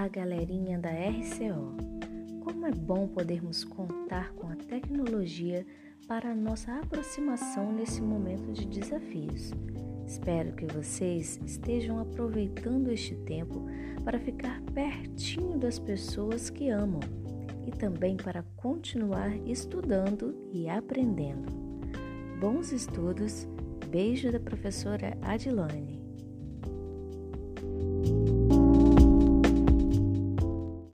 galerinha da RCO! Como é bom podermos contar com a tecnologia para a nossa aproximação nesse momento de desafios. Espero que vocês estejam aproveitando este tempo para ficar pertinho das pessoas que amam e também para continuar estudando e aprendendo. Bons estudos! Beijo da professora Adilane.